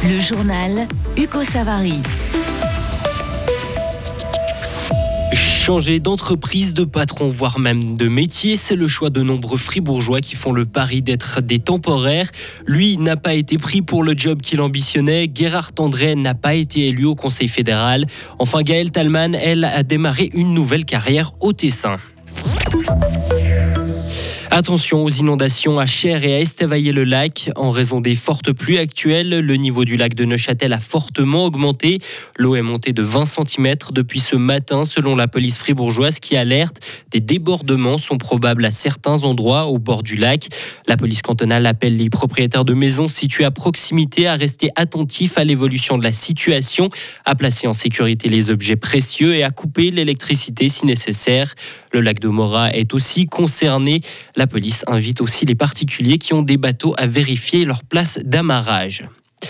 Le journal Hugo Savary. Changer d'entreprise, de patron, voire même de métier, c'est le choix de nombreux fribourgeois qui font le pari d'être des temporaires. Lui n'a pas été pris pour le job qu'il ambitionnait. Gerhard André n'a pas été élu au Conseil fédéral. Enfin, Gaëlle Thalmann, elle, a démarré une nouvelle carrière au Tessin. Attention aux inondations à Cher et à Estavayer-le-Lac. En raison des fortes pluies actuelles, le niveau du lac de Neuchâtel a fortement augmenté. L'eau est montée de 20 cm depuis ce matin, selon la police fribourgeoise qui alerte. Des débordements sont probables à certains endroits au bord du lac. La police cantonale appelle les propriétaires de maisons situées à proximité à rester attentifs à l'évolution de la situation, à placer en sécurité les objets précieux et à couper l'électricité si nécessaire. Le lac de Morat est aussi concerné. La police invite aussi les particuliers qui ont des bateaux à vérifier leur place d'amarrage.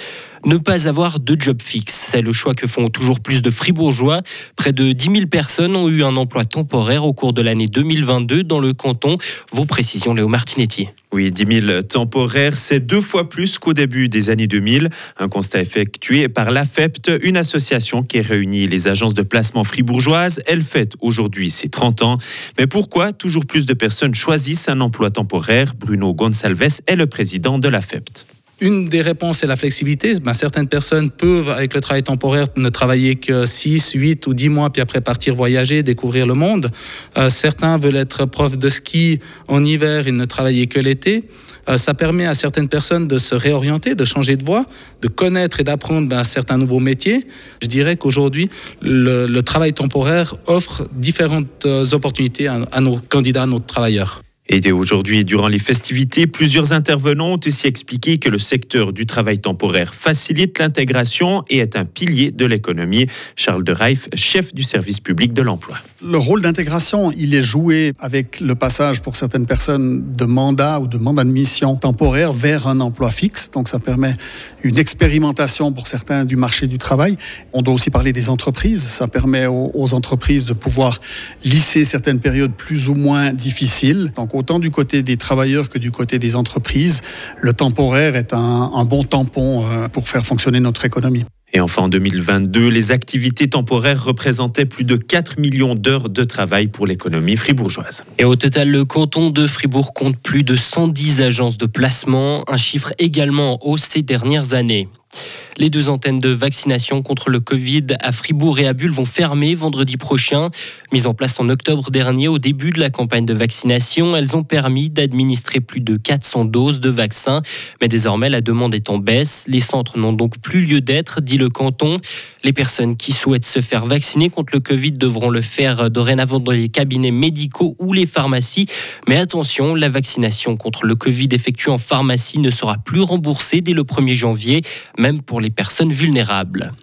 Ne pas avoir de job fixe, c'est le choix que font toujours plus de Fribourgeois. Près de 10 000 personnes ont eu un emploi temporaire au cours de l'année 2022 dans le canton. Vos précisions, Léo Martinetti. Oui, 10 000 temporaires, c'est 2 fois plus qu'au début des années 2000. Un constat effectué par l'AFEPT, une association qui réunit les agences de placement fribourgeoises. Elle fête aujourd'hui ses 30 ans. Mais pourquoi toujours plus de personnes choisissent un emploi temporaire? Bruno Gonçalves est le président de l'AFEPT. Une des réponses est la flexibilité. Certaines personnes peuvent, avec le travail temporaire, ne travailler que 6, 8 ou 10 mois, puis après partir voyager, découvrir le monde. Certains veulent être profs de ski en hiver et ne travailler que l'été. Ça permet à certaines personnes de se réorienter, de changer de voie, de connaître et d'apprendre certains nouveaux métiers. Je dirais qu'aujourd'hui, le travail temporaire offre différentes opportunités à nos candidats, à nos travailleurs. Et aujourd'hui, durant les festivités, plusieurs intervenants ont aussi expliqué que le secteur du travail temporaire facilite l'intégration et est un pilier de l'économie. Charles de Reif, chef du service public de l'emploi. Le rôle d'intégration, il est joué avec le passage pour certaines personnes de mandat ou de mandat de mission temporaire vers un emploi fixe. Donc ça permet une expérimentation pour certains du marché du travail. On doit aussi parler des entreprises. Ça permet aux entreprises de pouvoir lisser certaines périodes plus ou moins difficiles. Donc autant du côté des travailleurs que du côté des entreprises, le temporaire est un bon tampon pour faire fonctionner notre économie. Et enfin, en 2022, les activités temporaires représentaient plus de 4 millions d'heures de travail pour l'économie fribourgeoise. Et au total, le canton de Fribourg compte plus de 110 agences de placement, un chiffre également en hausse ces dernières années. Les 2 antennes de vaccination contre le Covid à Fribourg et à Bulle vont fermer vendredi prochain. Mises en place en octobre dernier, au début de la campagne de vaccination, elles ont permis d'administrer plus de 400 doses de vaccins. Mais désormais, la demande est en baisse. Les centres n'ont donc plus lieu d'être, dit le canton. Les personnes qui souhaitent se faire vacciner contre le Covid devront le faire dorénavant dans les cabinets médicaux ou les pharmacies. Mais attention, la vaccination contre le Covid effectuée en pharmacie ne sera plus remboursée dès le 1er janvier, même pour les personnes vulnérables.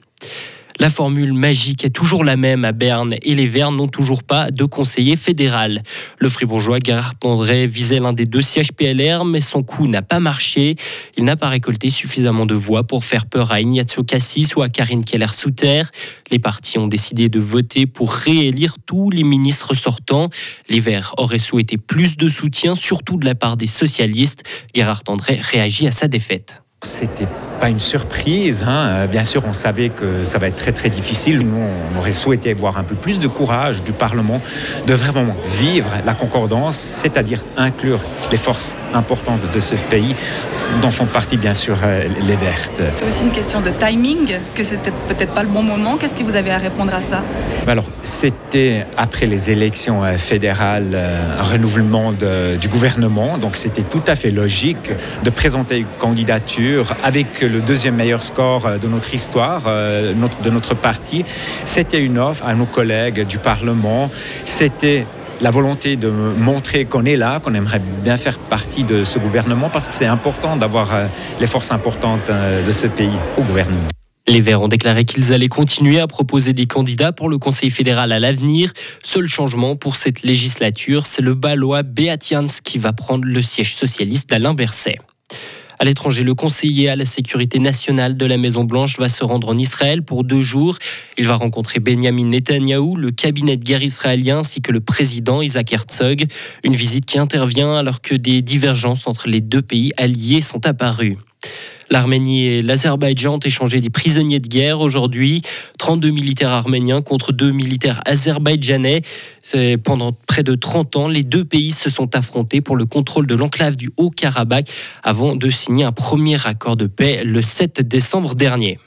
La formule magique est toujours la même à Berne et les Verts n'ont toujours pas de conseiller fédéral. Le fribourgeois Gerhard André visait l'un des 2 sièges PLR, mais son coup n'a pas marché. Il n'a pas récolté suffisamment de voix pour faire peur à Ignazio Cassis ou à Karine Keller-Souter. Les partis ont décidé de voter pour réélire tous les ministres sortants. Les Verts auraient souhaité plus de soutien, surtout de la part des socialistes. Gerhard André réagit à sa défaite. C'était pas une surprise, Bien sûr, on savait que ça va être très très difficile. Nous, on aurait souhaité voir un peu plus de courage du Parlement, de vraiment vivre la concordance, c'est-à-dire inclure les forces importantes de ce pays, dont font partie bien sûr les Vertes. C'est aussi une question de timing, que c'était peut-être pas le bon moment. Qu'est-ce que vous avez à répondre à ça? Alors, c'était après les élections fédérales, un renouvellement du gouvernement, donc c'était tout à fait logique de présenter une candidature avec le 2e meilleur score de notre histoire, de notre parti. C'était une offre à nos collègues du Parlement. C'était la volonté de montrer qu'on est là, qu'on aimerait bien faire partie de ce gouvernement, parce que c'est important d'avoir les forces importantes de ce pays au gouvernement. Les Verts ont déclaré qu'ils allaient continuer à proposer des candidats pour le Conseil fédéral à l'avenir. Seul changement pour cette législature, c'est le Balois Beat Jans qui va prendre le siège socialiste d'Alain Berset. À l'étranger, le conseiller à la sécurité nationale de la Maison-Blanche va se rendre en Israël pour 2 jours. Il va rencontrer Benjamin Netanyahou, le cabinet de guerre israélien, ainsi que le président Isaac Herzog. Une visite qui intervient alors que des divergences entre les 2 pays alliés sont apparues. L'Arménie et l'Azerbaïdjan ont échangé des prisonniers de guerre aujourd'hui. 32 militaires arméniens contre 2 militaires azerbaïdjanais. Pendant près de 30 ans, les deux pays se sont affrontés pour le contrôle de l'enclave du Haut-Karabakh avant de signer un premier accord de paix le 7 décembre dernier.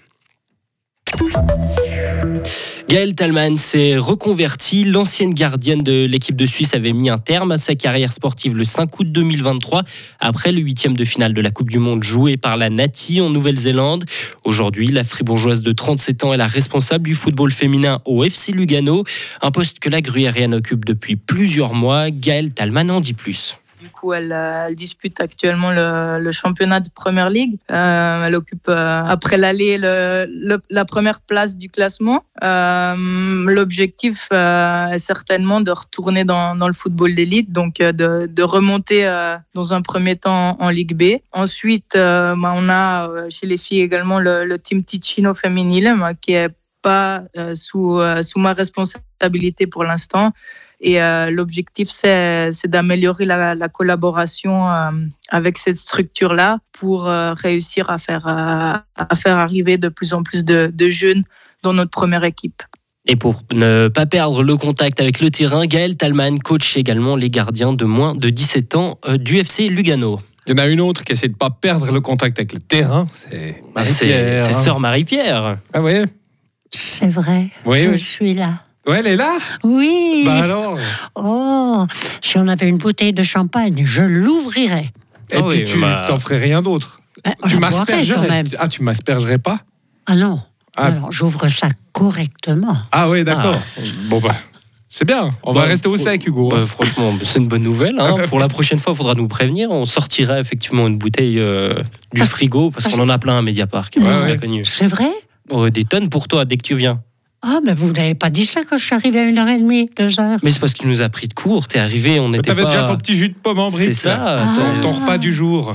Gaëlle Thalmann s'est reconvertie. L'ancienne gardienne de l'équipe de Suisse avait mis un terme à sa carrière sportive le 5 août 2023 après le 8e de finale de la Coupe du Monde jouée par la Nati en Nouvelle-Zélande. Aujourd'hui, la Fribourgeoise de 37 ans est la responsable du football féminin au FC Lugano, un poste que la gruyérienne occupe depuis plusieurs mois. Gaëlle Thalmann en dit plus. Du coup, elle dispute actuellement le championnat de Premier League. Elle occupe, après l'aller, la première place du classement. L'objectif est certainement de retourner dans le football d'élite, donc de remonter dans un premier temps en Ligue B. Ensuite, on a chez les filles également le Team Ticino féminin qui est pas sous ma responsabilité pour l'instant. Et l'objectif, c'est d'améliorer la collaboration avec cette structure-là pour réussir à faire arriver de plus en plus de jeunes dans notre première équipe. Et pour ne pas perdre le contact avec le terrain, Gaëlle Thalmann coach également les gardiens de moins de 17 ans du FC Lugano. Il y en a une autre qui essaie de ne pas perdre le contact avec le terrain, c'est Marie-Pierre. C'est sœur Marie-Pierre. Ah oui. C'est vrai, je suis là. Ouais, elle est là ? Oui. Bah alors ? Oh, si on avait une bouteille de champagne, je l'ouvrirais. Et puis tu t'en ferais rien d'autre. Tu m'aspergerais. Ah, tu m'aspergerais pas ? Ah non. Alors, j'ouvre ça correctement. Ah oui, d'accord. Bon bah, c'est bien. On va rester au sec, Hugo. Franchement, c'est une bonne nouvelle. Pour la prochaine fois, il faudra nous prévenir. On sortira effectivement une bouteille du frigo parce qu'on en a plein à Mediapart. Connu. C'est vrai ? Des tonnes pour toi dès que tu viens. Ah, mais vous n'avez pas dit ça quand je suis arrivée à 1h30, 2h. Mais c'est parce qu'il nous a pris de court. T'es arrivé, on était T'avais déjà ton petit jus de pomme en briques. C'est ça. Ton repas du jour.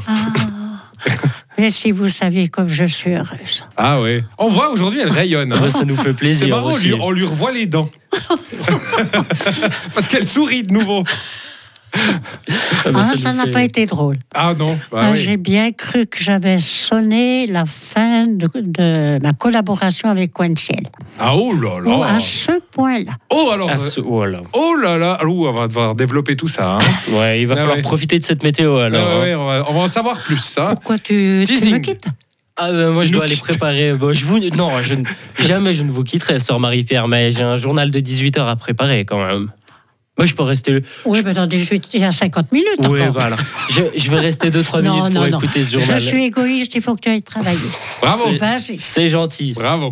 Mais si vous saviez comme je suis heureuse. Ah oui. On voit aujourd'hui, elle rayonne. Ça nous fait plaisir. C'est marrant, aussi. on lui revoit les dents. Parce qu'elle sourit de nouveau. Ça n'a pas été drôle. Ah non. J'ai bien cru que j'avais sonné la fin de ma collaboration avec Cointiel. Ah oh là là. À ce point-là. Oh alors. Oh là là. On va devoir développer tout ça. Ouais, il va falloir profiter de cette météo alors. On va en savoir plus. Pourquoi tu me quittes ? Moi, je dois aller préparer. Jamais je ne vous quitterai, sœur Marie-Pierre, mais j'ai un journal de 18h à préparer quand même. Moi, je peux rester... Oui, mais dans 18, il y a 50 minutes encore. Oui, voilà. Je vais rester 2-3 minutes pour écouter ce journal. Je suis égoïste, il faut que tu ailles travailler. Bravo. C'est gentil. Bravo.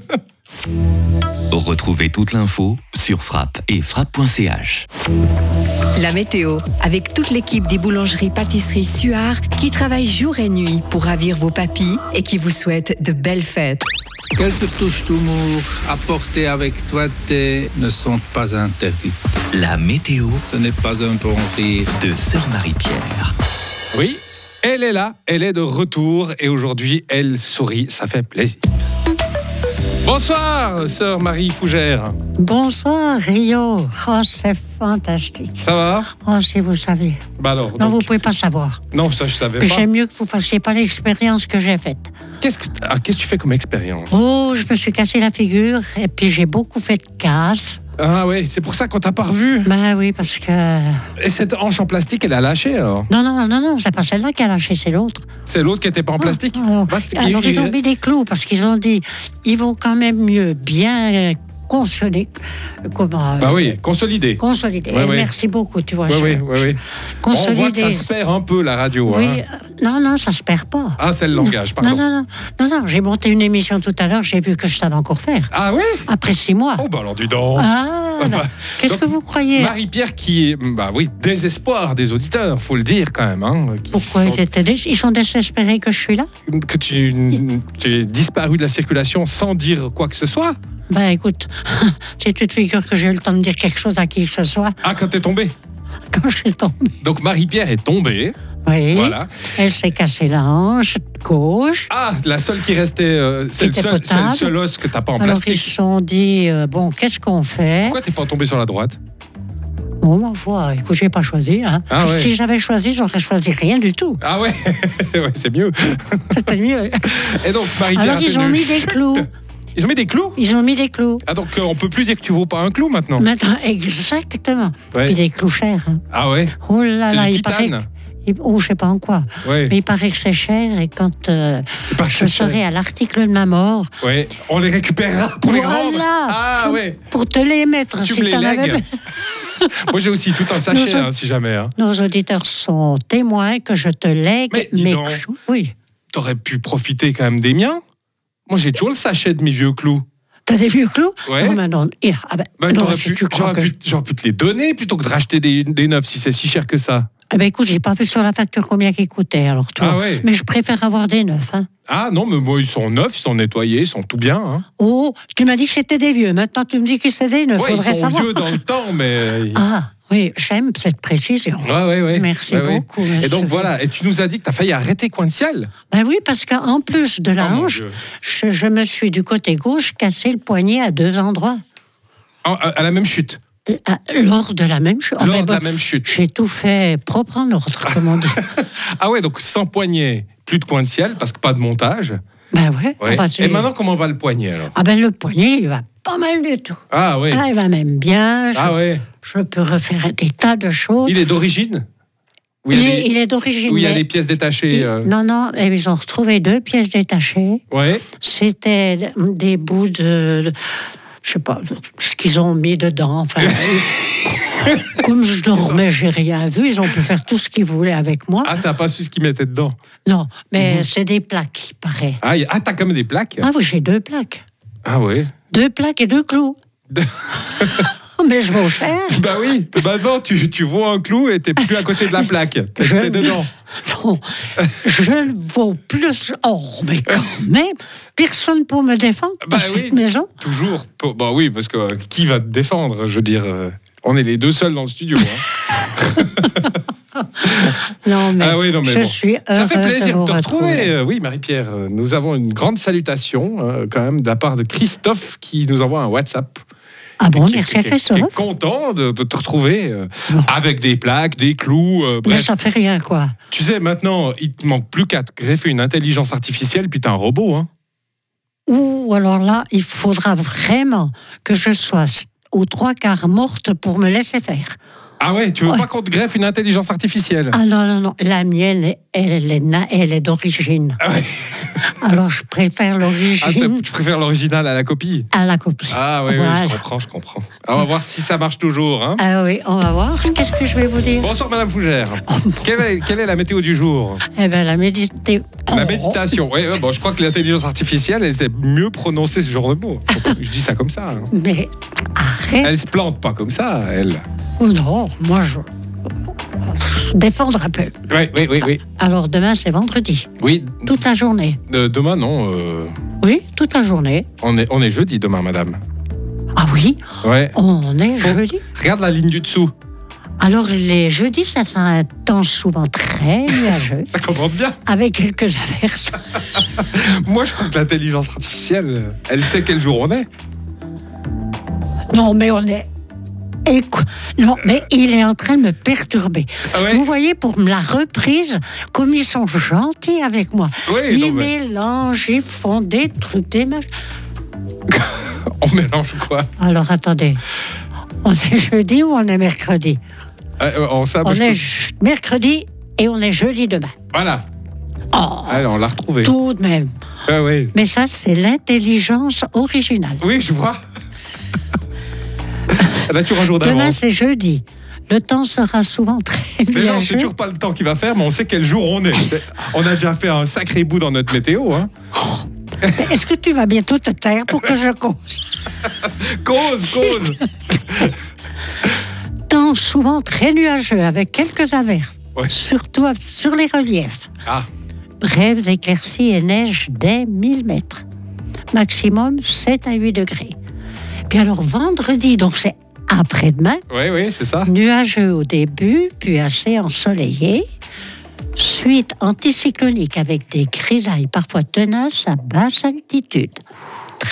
Retrouvez toute l'info sur Frappe et frappe.ch. La météo, avec toute l'équipe des boulangeries-pâtisseries Suard qui travaille jour et nuit pour ravir vos papilles et qui vous souhaite de belles fêtes. Quelques touches d'humour apportées avec doigté ne sont pas interdites. La météo, ce n'est pas un bon rire de sœur Marie-Pierre. Oui, elle est là, elle est de retour et aujourd'hui, elle sourit, ça fait plaisir. Bonsoir, sœur Marie Fougère. Bonsoir, Rio. Oh, c'est fantastique. Ça va ? Oh, si vous savez. Bah alors, non, vous ne pouvez pas savoir. Non, ça, je savais pas. J'aime mieux que vous ne fassiez pas l'expérience que j'ai faite. Qu'est-ce que tu fais comme expérience ? Oh, je me suis cassé la figure et puis j'ai beaucoup fait de casse. Ah oui, c'est pour ça qu'on t'a pas revu. Ben oui, parce que... Et cette hanche en plastique, elle a lâché alors ? Non, c'est pas celle-là qui a lâché, c'est l'autre. C'est l'autre qui était pas en plastique ? Alors ils ont mis des clous parce qu'ils ont dit, ils vont quand même mieux bien... consolider. Consolider. Ouais. Merci beaucoup, tu vois. Oui. Consolider. On voit que ça se perd un peu, la radio. Oui, non, ça se perd pas. Ah, c'est le langage, pardon. Non, j'ai monté une émission tout à l'heure, j'ai vu que je savais encore faire. Ah oui ? Après 6 mois. Oh, bah alors dis donc. Qu'est-ce que vous croyez ? Marie-Pierre qui est, désespoir des auditeurs, faut le dire quand même. Pourquoi ils sont désespérés que je suis là ? Que tu es disparu de la circulation sans dire quoi que ce soit ? Ben écoute, si tu te figures que j'ai eu le temps de dire quelque chose à qui que ce soit. Ah, quand t'es tombée ? Quand je suis tombée. Donc Marie-Pierre est tombée. Oui. Voilà. Elle s'est cassée la hanche gauche. Ah, la seule qui restait, c'est le seul os que t'as pas en plastique. Alors ils se sont dit, qu'est-ce qu'on fait ? Pourquoi t'es pas tombée sur la droite ? Oh, ma foi, écoute, j'ai pas choisi. Hein. Ah ouais. Si j'avais choisi, j'aurais choisi rien du tout. Ah ouais, ouais, c'est mieux. C'était mieux. Et donc, Marie-Pierre Alors, ils ont mis des clous. Ils ont mis des clous? Ils ont mis des clous. Ah, donc on peut plus dire que tu vaux pas un clou maintenant? Maintenant, exactement. Ouais. Puis des clous chers. Hein. Ah ouais? Oh là C'est là, du il paraît. titane. Oh, je sais pas en quoi. Ouais. Mais il paraît que c'est cher et quand je serai à l'article de ma mort. Ouais, on les récupérera pour les Voilà. rendre. Ah ouais. Pour te les mettre. Tu si me les t'en avais lègues. Moi j'ai aussi tout un sachet Nos- si jamais. Hein. Nos auditeurs sont témoins que je te lègue Mais dis mes donc. clous. Oui. T'aurais pu profiter quand même des miens. Moi j'ai toujours le sachet de mes vieux clous. T'as des vieux clous? Ouais. Oh, mais non. Ben, non, t'aurais si pu- tu crois que j'aurais pu te les donner plutôt que de racheter des neufs si c'est si cher que ça. Eh ben, écoute, j'ai pas vu sur la facture combien qu'ils coûtaient, alors toi. Ah ouais. Mais je préfère avoir des neufs. Hein. Ah non, mais moi ils sont neufs, ils sont nettoyés, ils sont tout bien. Hein. Oh, tu m'as dit que c'était des vieux. Maintenant, tu me dis que c'est des neufs. Ouais, ils Faudrait sont savoir. vieux dans le temps, mais. Ah, oui, j'aime cette précision. Ouais. Merci Ouais. beaucoup. Et monsieur. donc voilà, et tu nous as dit que tu as failli arrêter Coin de Ciel. Ben oui, parce qu'en plus de la Oh, mon hanche, Dieu. je me suis du côté gauche cassé le poignet à 2 endroits. À la même chute. Lors de la même chute. Lors de la même chute. J'ai tout fait propre en ordre, comme on dit. Ah ouais, donc sans poignet, plus de Coin de Ciel, parce que pas de montage. Ben ouais. Ouais. Enfin, Et maintenant, comment va le poignet alors? Ah ben le poignet, il va pas mal du tout. Ah ouais. Ah, il va même bien. Ah ouais. Je peux refaire des tas de choses. Il est d'origine? Où Il est d'origine. Où il y a mais- des pièces détachées. Non, et ils ont retrouvé 2 pièces détachées. Ouais. C'était des bouts de je sais pas, ce qu'ils ont mis dedans. Enfin, comme je dormais, j'ai rien vu. Ils ont pu faire tout ce qu'ils voulaient avec moi. Ah, t'as pas su ce qu'ils mettaient dedans? Non, mais c'est des plaques, il paraît. Ah, t'as quand même des plaques? Ah oui, j'ai 2 plaques. Ah ouais. 2 plaques et 2 clous. Mais je vaux cher. Bah oui. Maintenant, tu vois un clou et t'es plus à côté de la plaque. T'es dedans. Non, je vaux plus. Oh, mais quand même, personne pour me défendre dans cette maison. Toujours. Bah oui, parce que qui va te défendre? Je veux dire, on est les deux seuls dans le studio. Hein. Non, mais, je bon. suis Ça fait heureuse plaisir de de vous te retrouver. retrouver. Oui, Marie-Pierre, nous avons une grande salutation quand même de la part de Christophe qui nous envoie un WhatsApp. Ah bon, Qui merci à est Christophe. content de te retrouver avec des plaques, des clous, Mais bref. ça fait rien, quoi. Tu sais, maintenant, il te manque plus qu'à te greffer une intelligence artificielle, puis t'as un robot. Hein. Ou alors là, il faudra vraiment que je sois aux 3/4 morte pour me laisser faire. Ah ouais, tu veux pas qu'on te greffe une intelligence artificielle? Ah non, la mienne, elle est d'origine. Ah ouais. Alors je préfère l'origine Tu préfères l'original à la copie? à la copie. Ah oui, Voilà. je comprends. Alors, on va voir si ça marche toujours. Hein. Ah oui, on va voir. Qu'est-ce que je vais vous dire? Bonsoir Madame Fougère. Quelle est la météo du jour? Eh bien, La méditation. Oui, bon, je crois que l'intelligence artificielle, elle sait mieux prononcer ce genre de mots. Je dis ça comme ça. Hein. Mais arrête. Elle se plante pas comme ça, elle. Oh non, moi je défendre un peu. Oui. Alors demain c'est vendredi. Oui. Toute la journée. Demain, non. Oui, toute la journée. On est jeudi demain, madame. Ah oui? Ouais. On est jeudi. Regarde la ligne du dessous. Alors les jeudis, ça sera un temps souvent très nuageux. Ça commence bien. Avec quelques averses. Moi, je crois que l'intelligence artificielle, elle sait quel jour on est. Non, mais on est... Non, mais il est en train de me perturber. Ah ouais? Vous voyez, pour la reprise, comme ils sont gentils avec moi. Oui, ils mélangent, ils font des trucs, des machins. On mélange quoi? Alors, attendez. On est jeudi ou on est mercredi? On est mercredi et on est jeudi demain. Voilà. Oh, alors, on l'a retrouvé. Tout de même. Ah oui. Mais ça, c'est l'intelligence originale. Oui, je vois. Là, tu rajoutes d'avance. Demain, c'est jeudi. Le temps sera souvent très Déjà, on ne nuageux. sait toujours pas le temps qu'il va faire, mais on sait quel jour on est. On a déjà fait un sacré bout dans notre météo. Hein. Est-ce que tu vas bientôt te taire pour que je cause? Cause. Temps souvent très nuageux avec quelques averses, surtout sur les reliefs. Ah. Brèves éclaircies et neige dès 1000 mètres. Maximum 7 à 8 degrés. Puis alors vendredi, donc c'est après-demain. Oui, c'est ça. Nuageux au début, puis assez ensoleillé. Suite anticyclonique avec des grisailles parfois tenaces à basse altitude.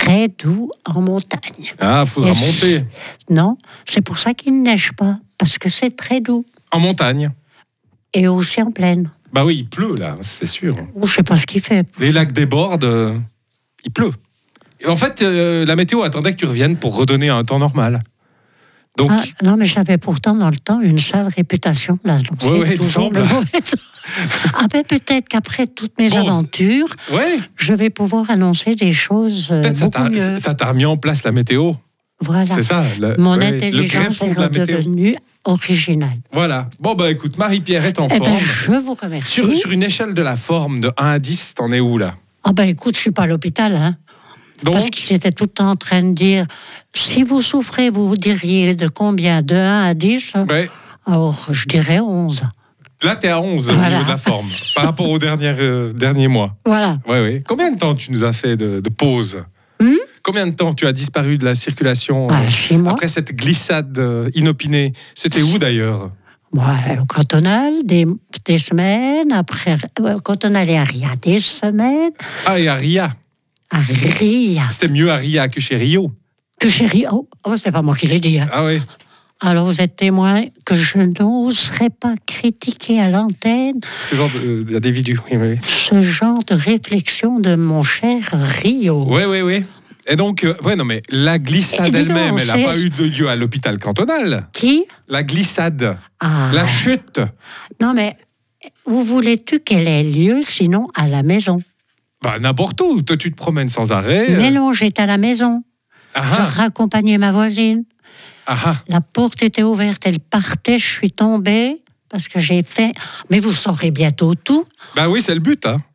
très doux en montagne. Ah, faudra Et monter. Non, c'est pour ça qu'il ne neige pas, parce que c'est très doux. En montagne. Et aussi en plaine. Bah oui, il pleut là, c'est sûr. Je sais pas ce qu'il fait. Les lacs débordent, il pleut. Et en fait, la météo attendait que tu reviennes pour redonner un temps normal. Donc, Non, mais j'avais pourtant dans le temps une sale réputation. Là, donc il me semble. Ben, peut-être qu'après toutes mes aventures, je vais pouvoir annoncer des choses beaucoup mieux. Ça t'a remis en place la météo. Voilà. C'est ça. Mon intelligence est de la météo. redevenue originale. Voilà. Bon, bah écoute, Marie-Pierre est en forme. Je vous remercie. Sur une échelle de la forme de 1 à 10, t'en es où là? Ah ben écoute, je suis pas à l'hôpital, hein. Donc, parce qu'il était tout le temps en train de dire, si vous souffrez, vous diriez de combien? De 1 à 10 Alors, je dirais 11. Là, t'es à 11 au niveau de la forme, par rapport aux derniers mois. Voilà. Ouais. Combien de temps tu nous as fait de pause? Combien de temps tu as disparu de la circulation 6 mois. Après cette glissade inopinée? C'était où d'ailleurs? Ouais, au cantonal, des semaines. Après, au cantonal et à Ria, des semaines. Ah, et à Ria? À Ria. C'était mieux à Ria que chez Rio? Que chez Rio? Oh, c'est pas moi qui l'ai dit. Hein. Ah oui. Alors, vous êtes témoin que je n'oserais pas critiquer à l'antenne ce genre d'individu, oui. Ce genre de réflexion de mon cher Rio. Oui. Et donc, non mais la glissade elle-même, elle n'a pas eu de lieu à l'hôpital cantonal. Qui? La glissade. La chute. Non mais, où voulais-tu qu'elle ait lieu, sinon à la maison? Bah, n'importe où. Toi, tu te promènes sans arrêt. Mais non, j'étais à la maison. Je raccompagnais ma voisine. La porte était ouverte, elle partait, je suis tombée parce que j'ai fait... Mais vous saurez bientôt tout. Bah oui, c'est le but, hein.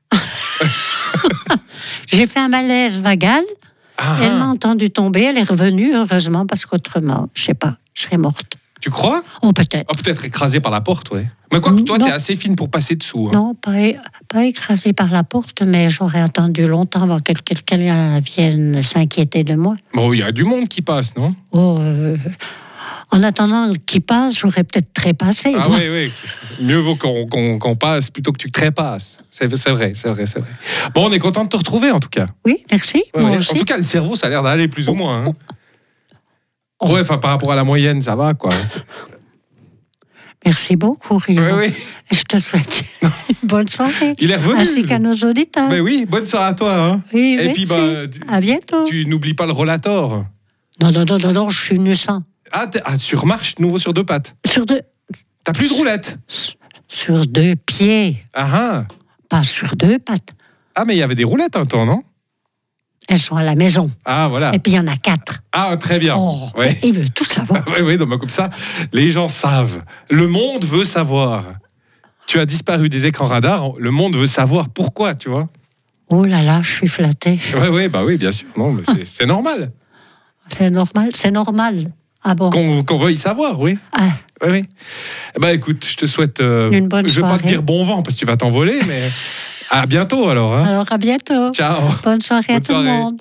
J'ai fait un malaise vagal. Elle m'a entendu tomber, elle est revenue, heureusement, parce qu'autrement, je sais pas, je serais morte. Tu crois? Oh, peut-être. Oh, peut-être écrasée par la porte, oui. Mais quoi que toi, t'es assez fine pour passer dessous. Hein. Non, pas écrasée par la porte, mais j'aurais attendu longtemps avant que quelqu'un vienne s'inquiéter de moi. Bon, il y a du monde qui passe, non? En attendant qu'il passe, j'aurais peut-être trépassé. Ah oui. Mieux vaut qu'on passe plutôt que tu trépasses. C'est vrai. Bon, on est content de te retrouver, en tout cas. Oui, merci. Moi aussi. En tout cas, le cerveau, ça a l'air d'aller plus ou moins. Hein. Ouais, par rapport à la moyenne, ça va, quoi. Merci beaucoup, Rio. Oui. Je te souhaite une bonne soirée. Il est revenu. Ainsi qu'à nos auditeurs. Mais oui, bonne soirée à toi. Hein. Oui, et merci. puis, à bientôt. Tu n'oublies pas le rollator. Non, je suis venu sans. Tu remarches de nouveau sur 2 pattes. Sur 2. T'as plus de roulette. Sur 2 pieds. Pas sur 2 pattes. Ah, mais il y avait des roulettes un temps, non? Elles sont à la maison. Ah, voilà. Et puis il y en a 4. Ah, très bien. Il veut tout savoir. Oui, comme ça, les gens savent. Le monde veut savoir. Tu as disparu des écrans radars, le monde veut savoir pourquoi, tu vois. Oh là là, je suis flattée. Oui, bien sûr. Non, mais c'est normal. C'est normal. Ah bon? Qu'on veuille savoir, oui. Oui. Écoute, je te souhaite... une bonne soirée. Je ne vais pas te dire bon vent, parce que tu vas t'envoler, mais à bientôt alors. Hein. Alors, à bientôt. Ciao. Bonne soirée à tout le monde.